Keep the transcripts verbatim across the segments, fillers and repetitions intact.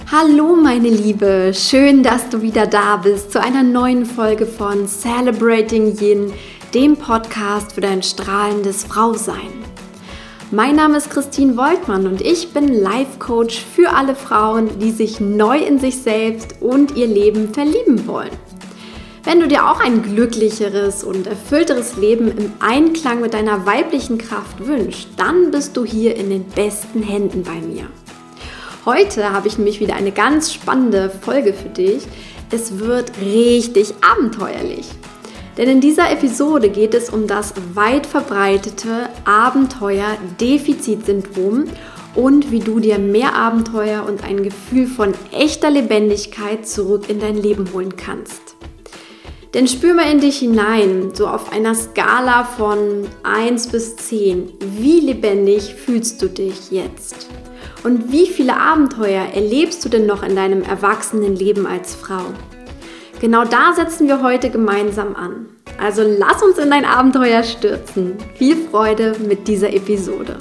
Hallo meine Liebe, schön, dass du wieder da bist zu einer neuen Folge von Celebrating Yin, dem Podcast für dein strahlendes Frausein. Mein Name ist Christine Woltmann und ich bin Life-Coach für alle Frauen, die sich neu in sich selbst und ihr Leben verlieben wollen. Wenn du dir auch ein glücklicheres und erfüllteres Leben im Einklang mit deiner weiblichen Kraft wünschst, dann bist du hier in den besten Händen bei mir. Heute habe ich nämlich wieder eine ganz spannende Folge für dich. Es wird richtig abenteuerlich. Denn in dieser Episode geht es um das weit verbreitete Abenteuer-Defizitsyndrom und wie du dir mehr Abenteuer und ein Gefühl von echter Lebendigkeit zurück in dein Leben holen kannst. Denn spür mal in dich hinein, so auf einer Skala von eins bis zehn. Wie lebendig fühlst du dich jetzt? Und wie viele Abenteuer erlebst du denn noch in deinem Erwachsenenleben als Frau? Genau da setzen wir heute gemeinsam an. Also lass uns in dein Abenteuer stürzen. Viel Freude mit dieser Episode.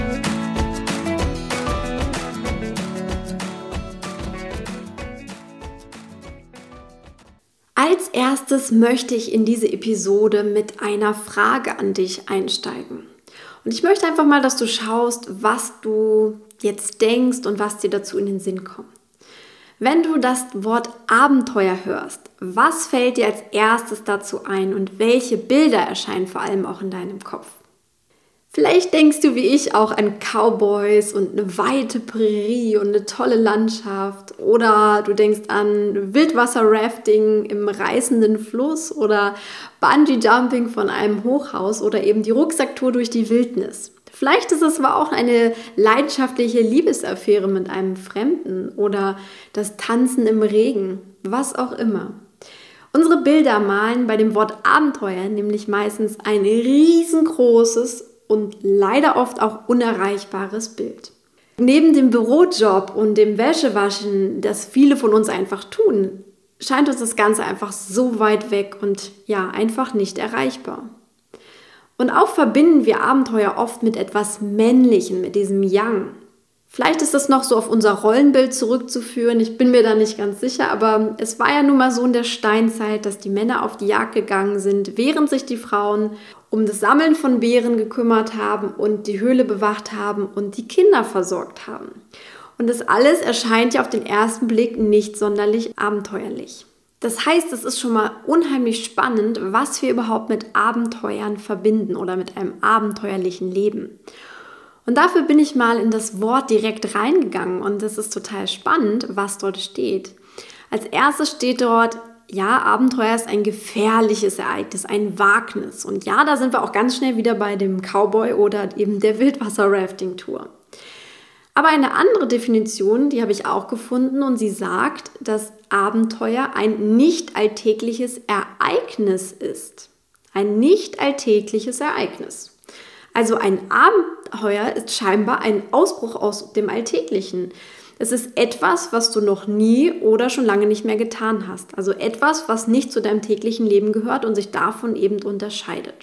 Als erstes möchte ich in diese Episode mit einer Frage an dich einsteigen. Und ich möchte einfach mal, dass du schaust, was du jetzt denkst und was dir dazu in den Sinn kommt. Wenn du das Wort Abenteuer hörst, was fällt dir als erstes dazu ein und welche Bilder erscheinen vor allem auch in deinem Kopf? Vielleicht denkst du wie ich auch an Cowboys und eine weite Prärie und eine tolle Landschaft, oder du denkst an Wildwasser-Rafting im reißenden Fluss oder Bungee-Jumping von einem Hochhaus oder eben die Rucksacktour durch die Wildnis. Vielleicht ist es aber auch eine leidenschaftliche Liebesaffäre mit einem Fremden oder das Tanzen im Regen, was auch immer. Unsere Bilder malen bei dem Wort Abenteuer nämlich meistens ein riesengroßes und leider oft auch unerreichbares Bild. Neben dem Bürojob und dem Wäschewaschen, das viele von uns einfach tun, scheint uns das Ganze einfach so weit weg und ja, einfach nicht erreichbar. Und auch verbinden wir Abenteuer oft mit etwas Männlichem, mit diesem Yang. Vielleicht ist das noch so auf unser Rollenbild zurückzuführen, ich bin mir da nicht ganz sicher, aber es war ja nun mal so in der Steinzeit, dass die Männer auf die Jagd gegangen sind, während sich die Frauen um das Sammeln von Beeren gekümmert haben und die Höhle bewacht haben und die Kinder versorgt haben. Und das alles erscheint ja auf den ersten Blick nicht sonderlich abenteuerlich. Das heißt, es ist schon mal unheimlich spannend, was wir überhaupt mit Abenteuern verbinden oder mit einem abenteuerlichen Leben. Und dafür bin ich mal in das Wort direkt reingegangen und es ist total spannend, was dort steht. Als erstes steht dort, ja, Abenteuer ist ein gefährliches Ereignis, ein Wagnis. Und ja, da sind wir auch ganz schnell wieder bei dem Cowboy oder eben der Wildwasser-Rafting-Tour. Aber eine andere Definition, die habe ich auch gefunden und sie sagt, dass Abenteuer ein nicht alltägliches Ereignis ist. Ein nicht alltägliches Ereignis. Also ein Abenteuer ist scheinbar ein Ausbruch aus dem Alltäglichen. Es ist etwas, was du noch nie oder schon lange nicht mehr getan hast. Also etwas, was nicht zu deinem täglichen Leben gehört und sich davon eben unterscheidet.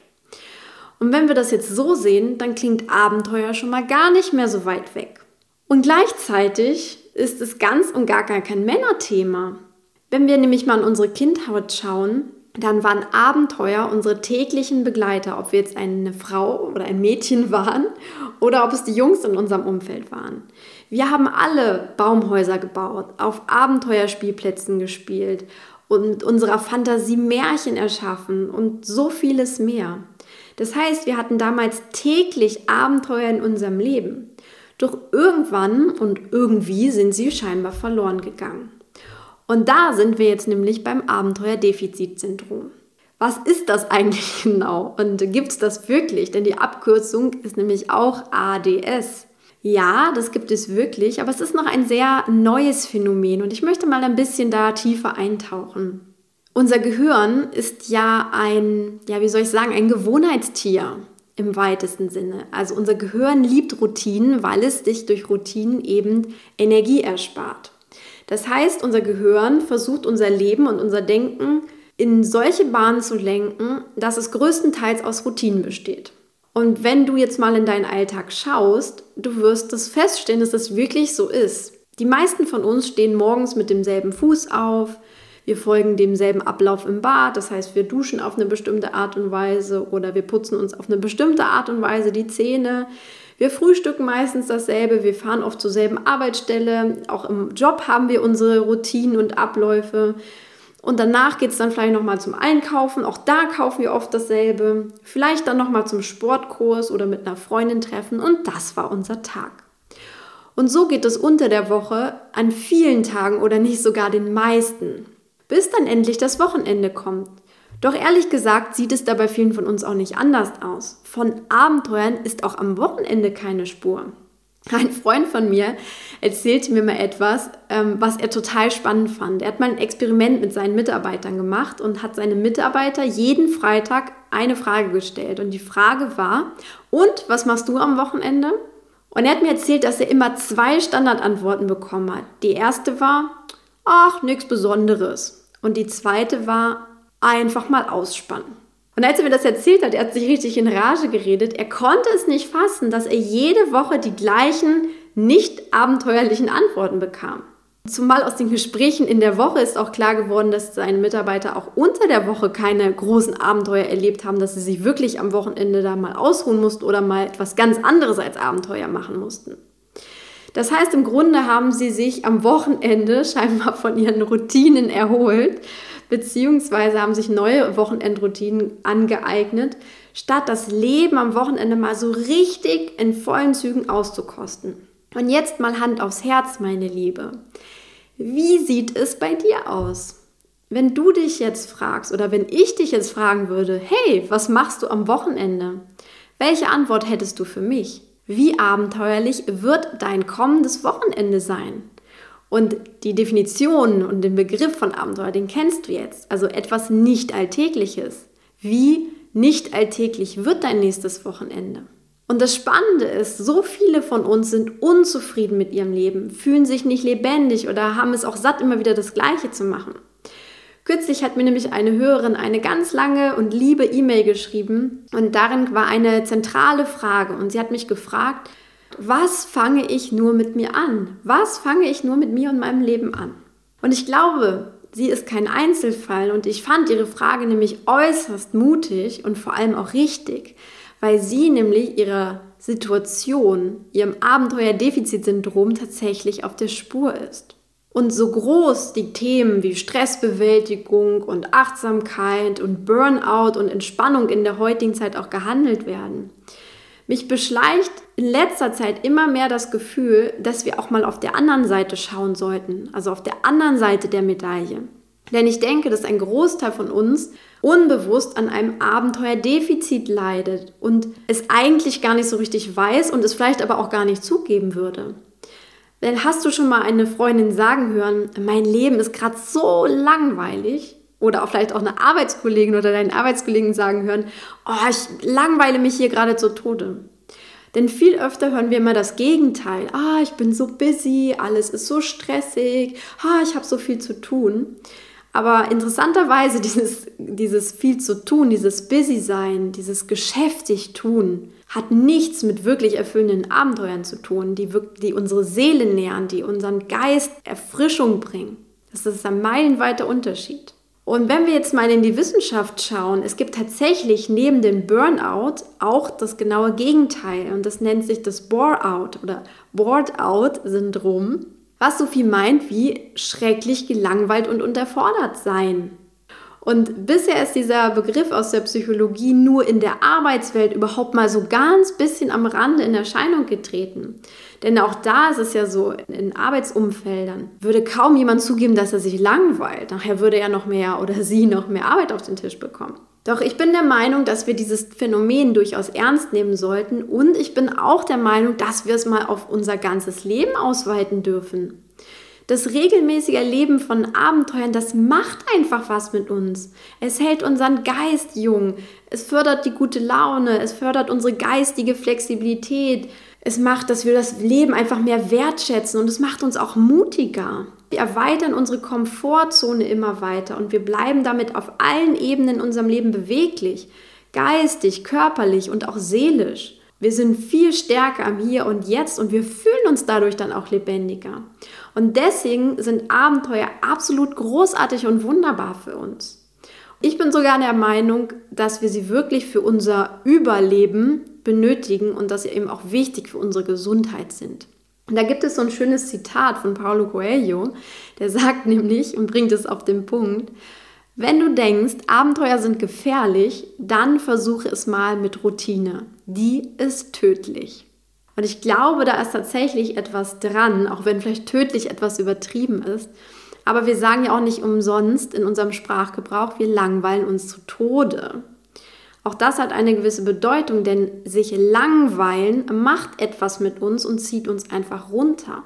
Und wenn wir das jetzt so sehen, dann klingt Abenteuer schon mal gar nicht mehr so weit weg. Und gleichzeitig ist es ganz und gar kein Männerthema. Wenn wir nämlich mal in unsere Kindheit schauen, dann waren Abenteuer unsere täglichen Begleiter, ob wir jetzt eine Frau oder ein Mädchen waren oder ob es die Jungs in unserem Umfeld waren. Wir haben alle Baumhäuser gebaut, auf Abenteuerspielplätzen gespielt und unserer Fantasie Märchen erschaffen und so vieles mehr. Das heißt, wir hatten damals täglich Abenteuer in unserem Leben. Doch irgendwann und irgendwie sind sie scheinbar verloren gegangen. Und da sind wir jetzt nämlich beim Abenteuer-Defizitsyndrom. Was ist das eigentlich genau? Und gibt es das wirklich? Denn die Abkürzung ist nämlich auch A D S. Ja, das gibt es wirklich, aber es ist noch ein sehr neues Phänomen und ich möchte mal ein bisschen da tiefer eintauchen. Unser Gehirn ist ja ein, ja, wie soll ich sagen, ein Gewohnheitstier. Im weitesten Sinne. Also unser Gehirn liebt Routinen, weil es sich durch Routinen eben Energie erspart. Das heißt, unser Gehirn versucht unser Leben und unser Denken in solche Bahnen zu lenken, dass es größtenteils aus Routinen besteht. Und wenn du jetzt mal in deinen Alltag schaust, du wirst das feststellen, dass das wirklich so ist. Die meisten von uns stehen morgens mit demselben Fuß auf. Wir folgen demselben Ablauf im Bad, das heißt, wir duschen auf eine bestimmte Art und Weise oder wir putzen uns auf eine bestimmte Art und Weise die Zähne. Wir frühstücken meistens dasselbe, wir fahren oft zur selben Arbeitsstelle, auch im Job haben wir unsere Routinen und Abläufe. Und danach geht es dann vielleicht nochmal zum Einkaufen, auch da kaufen wir oft dasselbe. Vielleicht dann nochmal zum Sportkurs oder mit einer Freundin treffen und das war unser Tag. Und so geht es unter der Woche an vielen Tagen oder nicht sogar den meisten. Bis dann endlich das Wochenende kommt. Doch ehrlich gesagt sieht es da bei vielen von uns auch nicht anders aus. Von Abenteuern ist auch am Wochenende keine Spur. Ein Freund von mir erzählte mir mal etwas, ähm, was er total spannend fand. Er hat mal ein Experiment mit seinen Mitarbeitern gemacht und hat seine Mitarbeiter jeden Freitag eine Frage gestellt. Und die Frage war, und was machst du am Wochenende? Und er hat mir erzählt, dass er immer zwei Standardantworten bekommen hat. Die erste war, ach, nichts Besonderes. Und die zweite war, einfach mal ausspannen. Und als er mir das erzählt hat, er hat sich richtig in Rage geredet, er konnte es nicht fassen, dass er jede Woche die gleichen, nicht abenteuerlichen Antworten bekam. Zumal aus den Gesprächen in der Woche ist auch klar geworden, dass seine Mitarbeiter auch unter der Woche keine großen Abenteuer erlebt haben, dass sie sich wirklich am Wochenende da mal ausruhen mussten oder mal etwas ganz anderes als Abenteuer machen mussten. Das heißt, im Grunde haben sie sich am Wochenende scheinbar von ihren Routinen erholt, beziehungsweise haben sich neue Wochenendroutinen angeeignet, statt das Leben am Wochenende mal so richtig in vollen Zügen auszukosten. Und jetzt mal Hand aufs Herz, meine Liebe. Wie sieht es bei dir aus? Wenn du dich jetzt fragst oder wenn ich dich jetzt fragen würde, hey, was machst du am Wochenende? Welche Antwort hättest du für mich? Wie abenteuerlich wird dein kommendes Wochenende sein? Und die Definition und den Begriff von Abenteuer, den kennst du jetzt. Also etwas nicht Alltägliches. Wie nicht alltäglich wird dein nächstes Wochenende? Und das Spannende ist, so viele von uns sind unzufrieden mit ihrem Leben, fühlen sich nicht lebendig oder haben es auch satt, immer wieder das Gleiche zu machen. Kürzlich hat mir nämlich eine Hörerin eine ganz lange und liebe E-Mail geschrieben und darin war eine zentrale Frage und sie hat mich gefragt, was fange ich nur mit mir an? Was fange ich nur mit mir und meinem Leben an? Und ich glaube, sie ist kein Einzelfall und ich fand ihre Frage nämlich äußerst mutig und vor allem auch richtig, weil sie nämlich ihrer Situation, ihrem Abenteuer-Defizit-Syndrom tatsächlich auf der Spur ist. Und so groß die Themen wie Stressbewältigung und Achtsamkeit und Burnout und Entspannung in der heutigen Zeit auch gehandelt werden, mich beschleicht in letzter Zeit immer mehr das Gefühl, dass wir auch mal auf der anderen Seite schauen sollten, also auf der anderen Seite der Medaille. Denn ich denke, dass ein Großteil von uns unbewusst an einem Abenteuerdefizit leidet und es eigentlich gar nicht so richtig weiß und es vielleicht aber auch gar nicht zugeben würde. Denn hast du schon mal eine Freundin sagen hören, mein Leben ist gerade so langweilig? Oder auch vielleicht auch eine Arbeitskollegin oder deinen Arbeitskollegen sagen hören, oh, ich langweile mich hier gerade zu Tode. Denn viel öfter hören wir immer das Gegenteil. Ah, ich bin so busy, alles ist so stressig, ah, ich habe so viel zu tun. Aber interessanterweise dieses, dieses viel zu tun, dieses Busy-Sein, dieses geschäftig tun, hat nichts mit wirklich erfüllenden Abenteuern zu tun, die, die unsere Seele nähren, die unseren Geist Erfrischung bringen. Das ist ein meilenweiter Unterschied. Und wenn wir jetzt mal in die Wissenschaft schauen, es gibt tatsächlich neben dem Burnout auch das genaue Gegenteil und das nennt sich das Bore-out oder Bored-out-Syndrom, was so viel meint wie schrecklich gelangweilt und unterfordert sein. Und bisher ist dieser Begriff aus der Psychologie nur in der Arbeitswelt überhaupt mal so ganz bisschen am Rande in Erscheinung getreten. Denn auch da ist es ja so, in Arbeitsumfeldern würde kaum jemand zugeben, dass er sich langweilt. Nachher würde er noch mehr oder sie noch mehr Arbeit auf den Tisch bekommen. Doch ich bin der Meinung, dass wir dieses Phänomen durchaus ernst nehmen sollten und ich bin auch der Meinung, dass wir es mal auf unser ganzes Leben ausweiten dürfen. Das regelmäßige Erleben von Abenteuern, das macht einfach was mit uns. Es hält unseren Geist jung, es fördert die gute Laune, es fördert unsere geistige Flexibilität. Es macht, dass wir das Leben einfach mehr wertschätzen und es macht uns auch mutiger. Wir erweitern unsere Komfortzone immer weiter und wir bleiben damit auf allen Ebenen in unserem Leben beweglich, geistig, körperlich und auch seelisch. Wir sind viel stärker am Hier und Jetzt und wir fühlen uns dadurch dann auch lebendiger. Und deswegen sind Abenteuer absolut großartig und wunderbar für uns. Ich bin sogar der Meinung, dass wir sie wirklich für unser Überleben benötigen und dass sie eben auch wichtig für unsere Gesundheit sind. Und da gibt es so ein schönes Zitat von Paulo Coelho, der sagt nämlich und bringt es auf den Punkt: Wenn du denkst, Abenteuer sind gefährlich, dann versuche es mal mit Routine. Die ist tödlich. Und ich glaube, da ist tatsächlich etwas dran, auch wenn vielleicht tödlich etwas übertrieben ist. Aber wir sagen ja auch nicht umsonst in unserem Sprachgebrauch, wir langweilen uns zu Tode. Auch das hat eine gewisse Bedeutung, denn sich langweilen macht etwas mit uns und zieht uns einfach runter.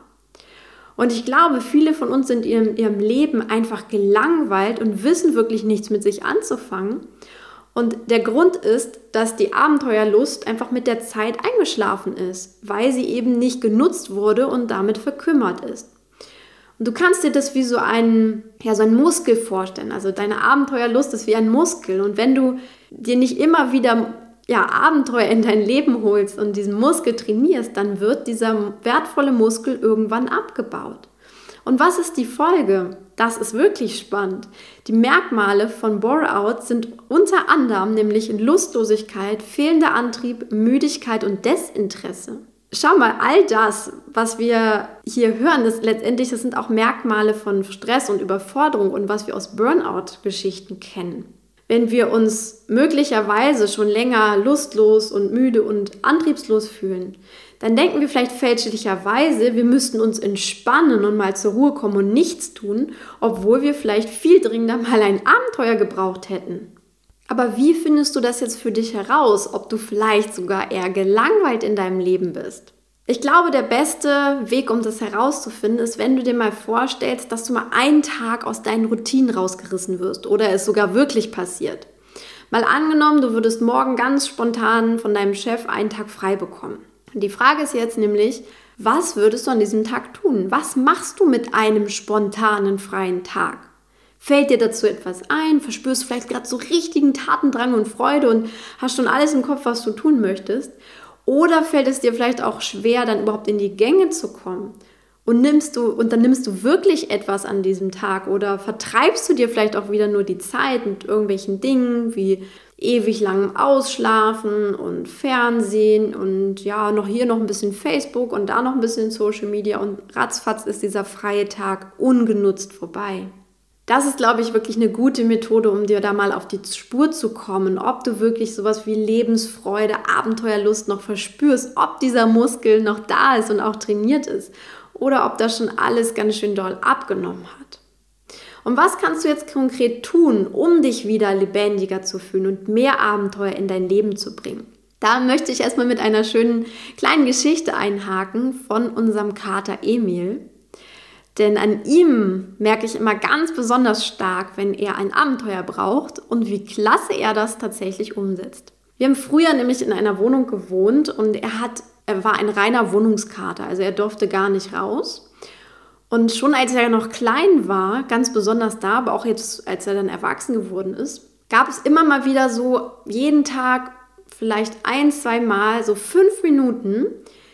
Und ich glaube, viele von uns sind in ihrem Leben einfach gelangweilt und wissen wirklich nichts mit sich anzufangen. Und der Grund ist, dass die Abenteuerlust einfach mit der Zeit eingeschlafen ist, weil sie eben nicht genutzt wurde und damit verkümmert ist. Und du kannst dir das wie so ein, ja, so ein Muskel vorstellen. Also deine Abenteuerlust ist wie ein Muskel. Und wenn du dir nicht immer wieder ja, Abenteuer in dein Leben holst und diesen Muskel trainierst, dann wird dieser wertvolle Muskel irgendwann abgebaut. Und was ist die Folge? Das ist wirklich spannend. Die Merkmale von Bore-out sind unter anderem nämlich Lustlosigkeit, fehlender Antrieb, Müdigkeit und Desinteresse. Schau mal, all das, was wir hier hören, das letztendlich, das sind auch Merkmale von Stress und Überforderung und was wir aus Burnout-Geschichten kennen. Wenn wir uns möglicherweise schon länger lustlos und müde und antriebslos fühlen, dann denken wir vielleicht fälschlicherweise, wir müssten uns entspannen und mal zur Ruhe kommen und nichts tun, obwohl wir vielleicht viel dringender mal ein Abenteuer gebraucht hätten. Aber wie findest du das jetzt für dich heraus, ob du vielleicht sogar eher gelangweilt in deinem Leben bist? Ich glaube, der beste Weg, um das herauszufinden, ist, wenn du dir mal vorstellst, dass du mal einen Tag aus deinen Routinen rausgerissen wirst oder es sogar wirklich passiert. Mal angenommen, du würdest morgen ganz spontan von deinem Chef einen Tag frei bekommen. Und die Frage ist jetzt nämlich, was würdest du an diesem Tag tun? Was machst du mit einem spontanen freien Tag? Fällt dir dazu etwas ein? Verspürst du vielleicht gerade so richtigen Tatendrang und Freude und hast schon alles im Kopf, was du tun möchtest? Oder fällt es dir vielleicht auch schwer, dann überhaupt in die Gänge zu kommen? Und nimmst du, und dann nimmst du wirklich etwas an diesem Tag? Oder vertreibst du dir vielleicht auch wieder nur die Zeit mit irgendwelchen Dingen wie ewig langem Ausschlafen und Fernsehen und ja, noch hier noch ein bisschen Facebook und da noch ein bisschen Social Media und ratzfatz ist dieser freie Tag ungenutzt vorbei. Das ist, glaube ich, wirklich eine gute Methode, um dir da mal auf die Spur zu kommen, ob du wirklich sowas wie Lebensfreude, Abenteuerlust noch verspürst, ob dieser Muskel noch da ist und auch trainiert ist oder ob das schon alles ganz schön doll abgenommen hat. Und was kannst du jetzt konkret tun, um dich wieder lebendiger zu fühlen und mehr Abenteuer in dein Leben zu bringen? Da möchte ich erstmal mit einer schönen kleinen Geschichte einhaken von unserem Kater Emil. Denn an ihm merke ich immer ganz besonders stark, wenn er ein Abenteuer braucht und wie klasse er das tatsächlich umsetzt. Wir haben früher nämlich in einer Wohnung gewohnt und er, hat, er war ein reiner Wohnungskater, also er durfte gar nicht raus. Und schon als er noch klein war, ganz besonders da, aber auch jetzt, als er dann erwachsen geworden ist, gab es immer mal wieder so jeden Tag vielleicht ein, zwei Mal so fünf Minuten,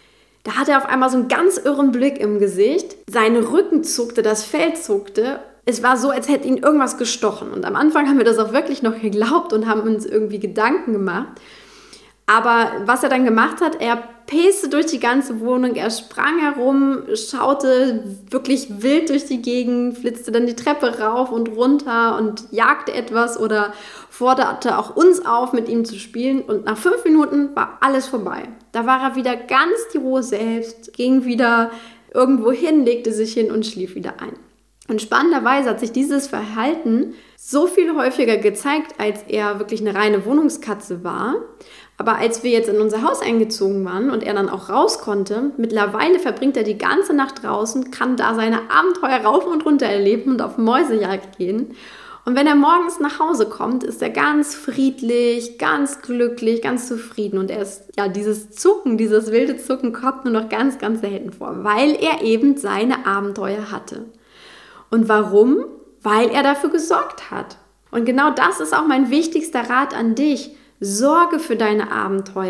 da hatte er auf einmal so einen ganz irren Blick im Gesicht. Sein Rücken zuckte, das Fell zuckte. Es war so, als hätte ihn irgendwas gestochen. Und am Anfang haben wir das auch wirklich noch geglaubt und haben uns irgendwie Gedanken gemacht. Aber was er dann gemacht hat, er peste durch die ganze Wohnung, er sprang herum, schaute wirklich wild durch die Gegend, flitzte dann die Treppe rauf und runter und jagte etwas oder forderte auch uns auf, mit ihm zu spielen. Und nach fünf Minuten war alles vorbei. Da war er wieder ganz die Ruhe selbst, ging wieder irgendwo hin, legte sich hin und schlief wieder ein. Und spannenderweise hat sich dieses Verhalten so viel häufiger gezeigt, als er wirklich eine reine Wohnungskatze war. Aber als wir jetzt in unser Haus eingezogen waren und er dann auch raus konnte, mittlerweile verbringt er die ganze Nacht draußen, kann da seine Abenteuer rauf und runter erleben und auf Mäusejagd gehen. Und wenn er morgens nach Hause kommt, ist er ganz friedlich, ganz glücklich, ganz zufrieden. Und er ist, ja, dieses Zucken, dieses wilde Zucken kommt nur noch ganz, ganz selten vor, weil er eben seine Abenteuer hatte. Und warum? Weil er dafür gesorgt hat. Und genau das ist auch mein wichtigster Rat an dich. Sorge für deine Abenteuer.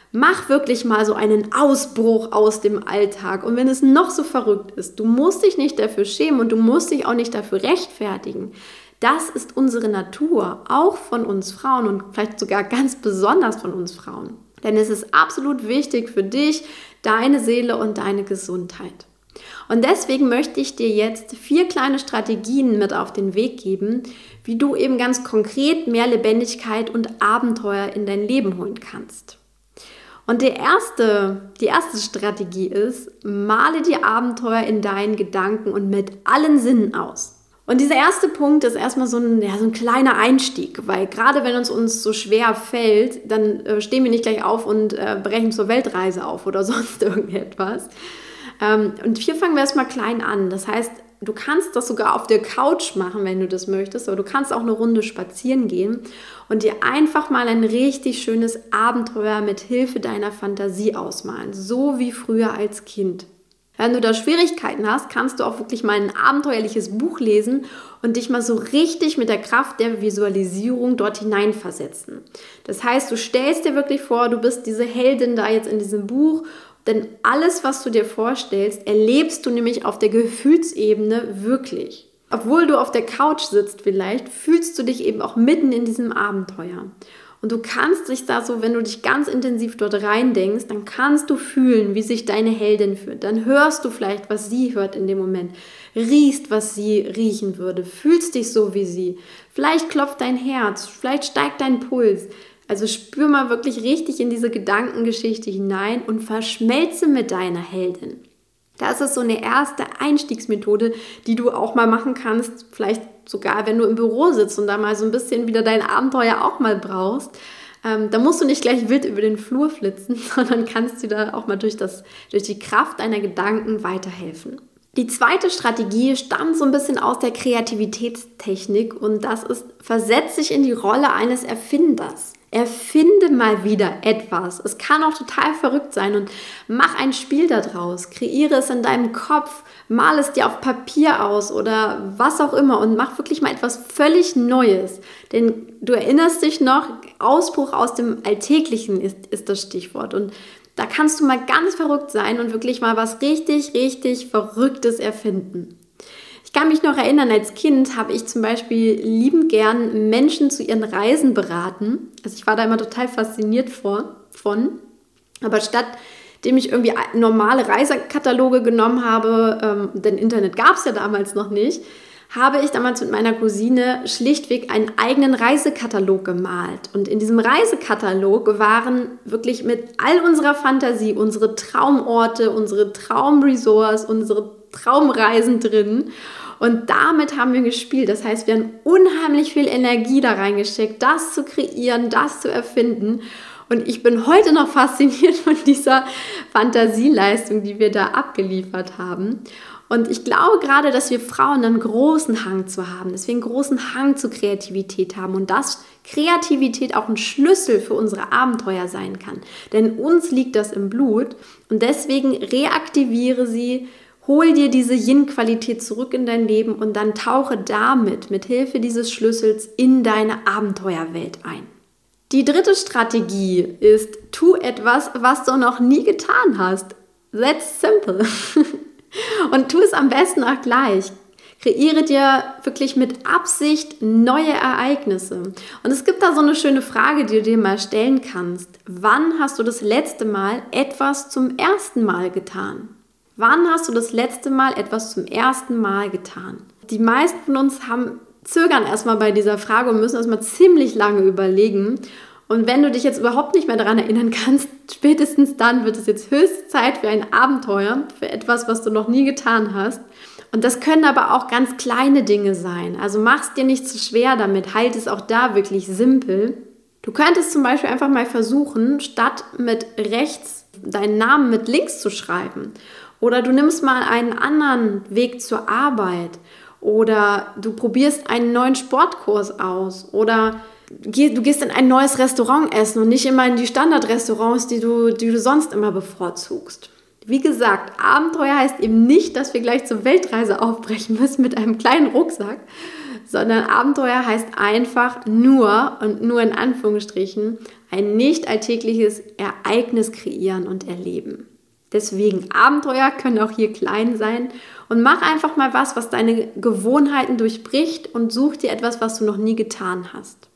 Mach wirklich mal so einen Ausbruch aus dem Alltag. Und wenn es noch so verrückt ist, du musst dich nicht dafür schämen und du musst dich auch nicht dafür rechtfertigen. Das ist unsere Natur, auch von uns Frauen und vielleicht sogar ganz besonders von uns Frauen. Denn es ist absolut wichtig für dich, deine Seele und deine Gesundheit. Und deswegen möchte ich dir jetzt vier kleine Strategien mit auf den Weg geben, wie du eben ganz konkret mehr Lebendigkeit und Abenteuer in dein Leben holen kannst. Und der erste, die erste Strategie ist, male dir Abenteuer in deinen Gedanken und mit allen Sinnen aus. Und dieser erste Punkt ist erstmal so ein, ja, so ein kleiner Einstieg, weil gerade wenn uns uns so schwer fällt, dann äh, stehen wir nicht gleich auf und äh, brechen zur Weltreise auf oder sonst irgendetwas. Ähm, und hier fangen wir erstmal klein an. Das heißt, du kannst das sogar auf der Couch machen, wenn du das möchtest, aber du kannst auch eine Runde spazieren gehen und dir einfach mal ein richtig schönes Abenteuer mit Hilfe deiner Fantasie ausmalen, so wie früher als Kind. Wenn du da Schwierigkeiten hast, kannst du auch wirklich mal ein abenteuerliches Buch lesen und dich mal so richtig mit der Kraft der Visualisierung dort hineinversetzen. Das heißt, du stellst dir wirklich vor, du bist diese Heldin da jetzt in diesem Buch, denn alles, was du dir vorstellst, erlebst du nämlich auf der Gefühlsebene wirklich. Obwohl du auf der Couch sitzt vielleicht, fühlst du dich eben auch mitten in diesem Abenteuer. Und du kannst dich da so, wenn du dich ganz intensiv dort reindenkst, dann kannst du fühlen, wie sich deine Heldin fühlt. Dann hörst du vielleicht, was sie hört in dem Moment. Riechst, was sie riechen würde. Fühlst dich so wie sie. Vielleicht klopft dein Herz. Vielleicht steigt dein Puls. Also spür mal wirklich richtig in diese Gedankengeschichte hinein und verschmelze mit deiner Heldin. Das ist so eine erste Einstiegsmethode, die du auch mal machen kannst, vielleicht sogar, wenn du im Büro sitzt und da mal so ein bisschen wieder dein Abenteuer auch mal brauchst. Ähm, da musst du nicht gleich wild über den Flur flitzen, sondern kannst dir da auch mal durch, das, durch die Kraft deiner Gedanken weiterhelfen. Die zweite Strategie stammt so ein bisschen aus der Kreativitätstechnik und das ist, versetz dich in die Rolle eines Erfinders. Erfinde mal wieder etwas. Es kann auch total verrückt sein und mach ein Spiel daraus. Kreiere es in deinem Kopf, mal es dir auf Papier aus oder was auch immer und mach wirklich mal etwas völlig Neues. Denn du erinnerst dich noch, Ausbruch aus dem Alltäglichen ist, ist das Stichwort. Und da kannst du mal ganz verrückt sein und wirklich mal was richtig, richtig Verrücktes erfinden. Ich kann mich noch erinnern, als Kind habe ich zum Beispiel liebend gern Menschen zu ihren Reisen beraten. Also ich war da immer total fasziniert vor, von. Aber statt dem ich irgendwie normale Reisekataloge genommen habe, ähm, denn Internet gab es ja damals noch nicht, habe ich damals mit meiner Cousine schlichtweg einen eigenen Reisekatalog gemalt. Und in diesem Reisekatalog waren wirklich mit all unserer Fantasie unsere Traumorte, unsere Traumresorts, unsere Traumreisen drin. Und damit haben wir gespielt. Das heißt, wir haben unheimlich viel Energie da reingesteckt, das zu kreieren, das zu erfinden. Und ich bin heute noch fasziniert von dieser Fantasieleistung, die wir da abgeliefert haben. Und ich glaube gerade, dass wir Frauen einen großen Hang zu haben, dass wir einen großen Hang zu Kreativität haben und dass Kreativität auch ein Schlüssel für unsere Abenteuer sein kann. Denn uns liegt das im Blut und deswegen reaktiviere sie, hol dir diese Yin-Qualität zurück in dein Leben und dann tauche damit mit Hilfe dieses Schlüssels in deine Abenteuerwelt ein. Die dritte Strategie ist, tu etwas, was du noch nie getan hast. That's simple. Und tu es am besten auch gleich. Kreiere dir wirklich mit Absicht neue Ereignisse. Und es gibt da so eine schöne Frage, die du dir mal stellen kannst. Wann hast du das letzte Mal etwas zum ersten Mal getan? Wann hast du das letzte Mal etwas zum ersten Mal getan? Die meisten von uns haben, zögern erstmal bei dieser Frage und müssen erstmal ziemlich lange überlegen. Und wenn du dich jetzt überhaupt nicht mehr daran erinnern kannst, spätestens dann wird es jetzt höchste Zeit für ein Abenteuer, für etwas, was du noch nie getan hast. Und das können aber auch ganz kleine Dinge sein. Also mach es dir nicht zu schwer damit, halt es auch da wirklich simpel. Du könntest zum Beispiel einfach mal versuchen, statt mit rechts deinen Namen mit links zu schreiben. Oder du nimmst mal einen anderen Weg zur Arbeit. Oder du probierst einen neuen Sportkurs aus. Oder du gehst in ein neues Restaurant essen und nicht immer in die Standardrestaurants, die du, die du sonst immer bevorzugst. Wie gesagt, Abenteuer heißt eben nicht, dass wir gleich zur Weltreise aufbrechen müssen mit einem kleinen Rucksack, sondern Abenteuer heißt einfach nur und nur in Anführungsstrichen ein nicht alltägliches Ereignis kreieren und erleben. Deswegen, Abenteuer können auch hier klein sein und mach einfach mal was, was deine Gewohnheiten durchbricht und such dir etwas, was du noch nie getan hast.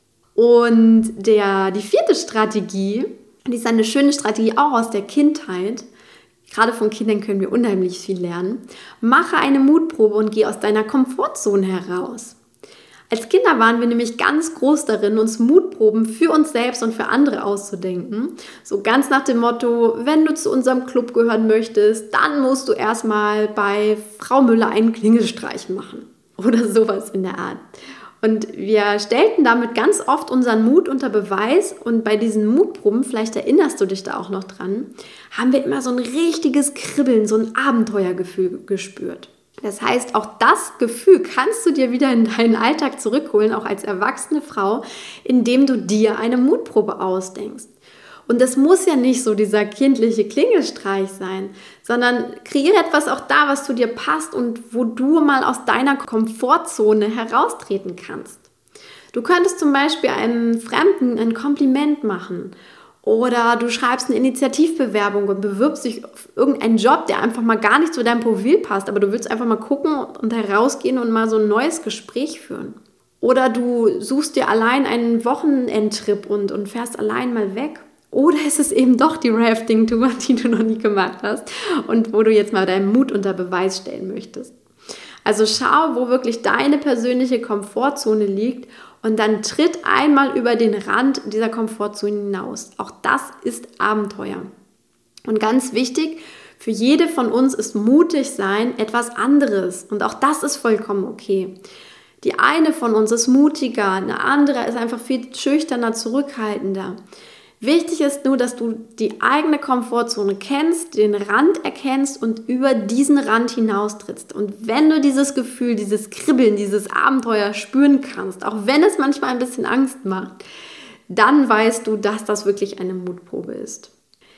Und der, die vierte Strategie, die ist eine schöne Strategie auch aus der Kindheit. Gerade von Kindern können wir unheimlich viel lernen. Mache eine Mutprobe und geh aus deiner Komfortzone heraus. Als Kinder waren wir nämlich ganz groß darin, uns Mutproben für uns selbst und für andere auszudenken. So ganz nach dem Motto, wenn du zu unserem Club gehören möchtest, dann musst du erstmal bei Frau Müller einen Klingelstreich machen. Oder sowas in der Art. Und wir stellten damit ganz oft unseren Mut unter Beweis und bei diesen Mutproben, vielleicht erinnerst du dich da auch noch dran, haben wir immer so ein richtiges Kribbeln, so ein Abenteuergefühl gespürt. Das heißt, auch das Gefühl kannst du dir wieder in deinen Alltag zurückholen, auch als erwachsene Frau, indem du dir eine Mutprobe ausdenkst. Und das muss ja nicht so dieser kindliche Klingelstreich sein, sondern kreiere etwas auch da, was zu dir passt und wo du mal aus deiner Komfortzone heraustreten kannst. Du könntest zum Beispiel einem Fremden ein Kompliment machen oder du schreibst eine Initiativbewerbung und bewirbst dich auf irgendeinen Job, der einfach mal gar nicht zu deinem Profil passt, aber du willst einfach mal gucken und herausgehen und mal so ein neues Gespräch führen. Oder du suchst dir allein einen Wochenendtrip und, und fährst allein mal weg. Oder ist es eben doch die Rafting-Tour, die du noch nie gemacht hast und wo du jetzt mal deinen Mut unter Beweis stellen möchtest. Also schau, wo wirklich deine persönliche Komfortzone liegt und dann tritt einmal über den Rand dieser Komfortzone hinaus. Auch das ist Abenteuer. Und ganz wichtig, für jede von uns ist mutig sein etwas anderes und auch das ist vollkommen okay. Die eine von uns ist mutiger, eine andere ist einfach viel schüchterner, zurückhaltender. Wichtig ist nur, dass du die eigene Komfortzone kennst, den Rand erkennst und über diesen Rand hinaustrittst. Und wenn du dieses Gefühl, dieses Kribbeln, dieses Abenteuer spüren kannst, auch wenn es manchmal ein bisschen Angst macht, dann weißt du, dass das wirklich eine Mutprobe ist.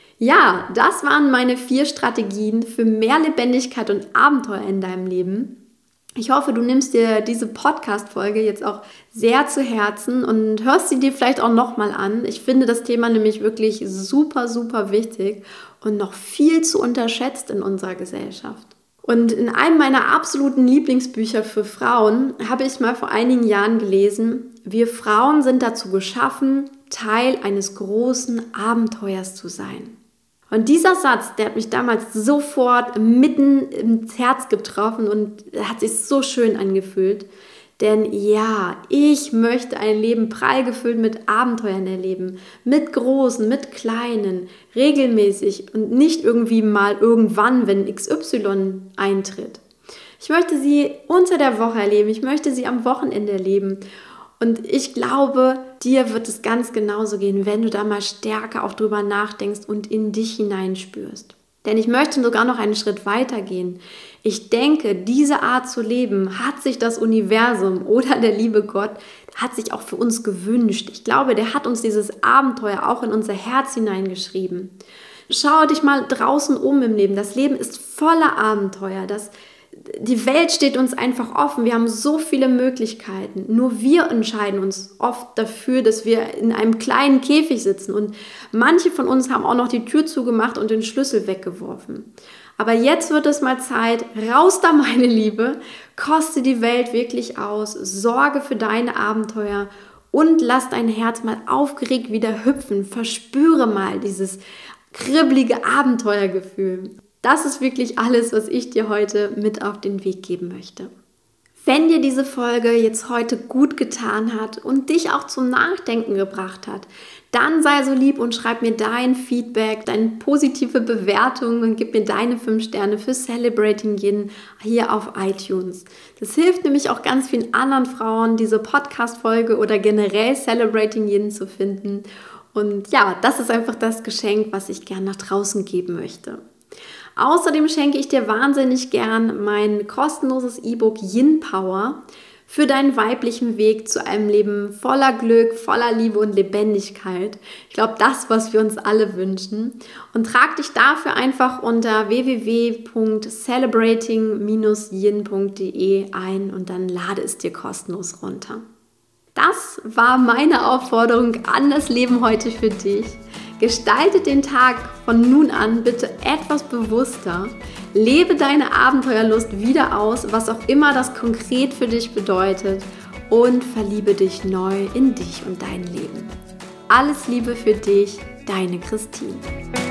Ja, das waren meine vier Strategien für mehr Lebendigkeit und Abenteuer in deinem Leben. Ich hoffe, du nimmst dir diese Podcast-Folge jetzt auch sehr zu Herzen und hörst sie dir vielleicht auch nochmal an. Ich finde das Thema nämlich wirklich super, super wichtig und noch viel zu unterschätzt in unserer Gesellschaft. Und in einem meiner absoluten Lieblingsbücher für Frauen habe ich mal vor einigen Jahren gelesen, wir Frauen sind dazu geschaffen, Teil eines großen Abenteuers zu sein. Und dieser Satz, der hat mich damals sofort mitten ins Herz getroffen und hat sich so schön angefühlt. Denn ja, ich möchte ein Leben prall gefüllt mit Abenteuern erleben, mit großen, mit kleinen, regelmäßig und nicht irgendwie mal irgendwann, wenn X Y eintritt. Ich möchte sie unter der Woche erleben, ich möchte sie am Wochenende erleben. Und ich glaube, dir wird es ganz genauso gehen, wenn du da mal stärker auch drüber nachdenkst und in dich hineinspürst. Denn ich möchte sogar noch einen Schritt weiter gehen. Ich denke, diese Art zu leben hat sich das Universum oder der liebe Gott, hat sich auch für uns gewünscht. Ich glaube, der hat uns dieses Abenteuer auch in unser Herz hineingeschrieben. Schau dich mal draußen um im Leben. Das Leben ist voller Abenteuer. Das Die Welt steht uns einfach offen. Wir haben so viele Möglichkeiten. Nur wir entscheiden uns oft dafür, dass wir in einem kleinen Käfig sitzen. Und manche von uns haben auch noch die Tür zugemacht und den Schlüssel weggeworfen. Aber jetzt wird es mal Zeit. Raus da, meine Liebe. Koste die Welt wirklich aus. Sorge für deine Abenteuer. Und lass dein Herz mal aufgeregt wieder hüpfen. Verspüre mal dieses kribbelige Abenteuergefühl. Das ist wirklich alles, was ich dir heute mit auf den Weg geben möchte. Wenn dir diese Folge jetzt heute gut getan hat und dich auch zum Nachdenken gebracht hat, dann sei so lieb und schreib mir dein Feedback, deine positive Bewertung und gib mir deine fünf Sterne für Celebrating Yin hier auf iTunes. Das hilft nämlich auch ganz vielen anderen Frauen, diese Podcast-Folge oder generell Celebrating Yin zu finden. Und ja, das ist einfach das Geschenk, was ich gerne nach draußen geben möchte. Außerdem schenke ich dir wahnsinnig gern mein kostenloses E-Book Yin Power für deinen weiblichen Weg zu einem Leben voller Glück, voller Liebe und Lebendigkeit. Ich glaube, das, was wir uns alle wünschen. Und trag dich dafür einfach unter w w w punkt celebrating dash yin punkt d e ein und dann lade es dir kostenlos runter. Das war meine Aufforderung an das Leben heute für dich. Gestalte den Tag von nun an bitte etwas bewusster. Lebe deine Abenteuerlust wieder aus, was auch immer das konkret für dich bedeutet, und verliebe dich neu in dich und dein Leben. Alles Liebe für dich, deine Christine.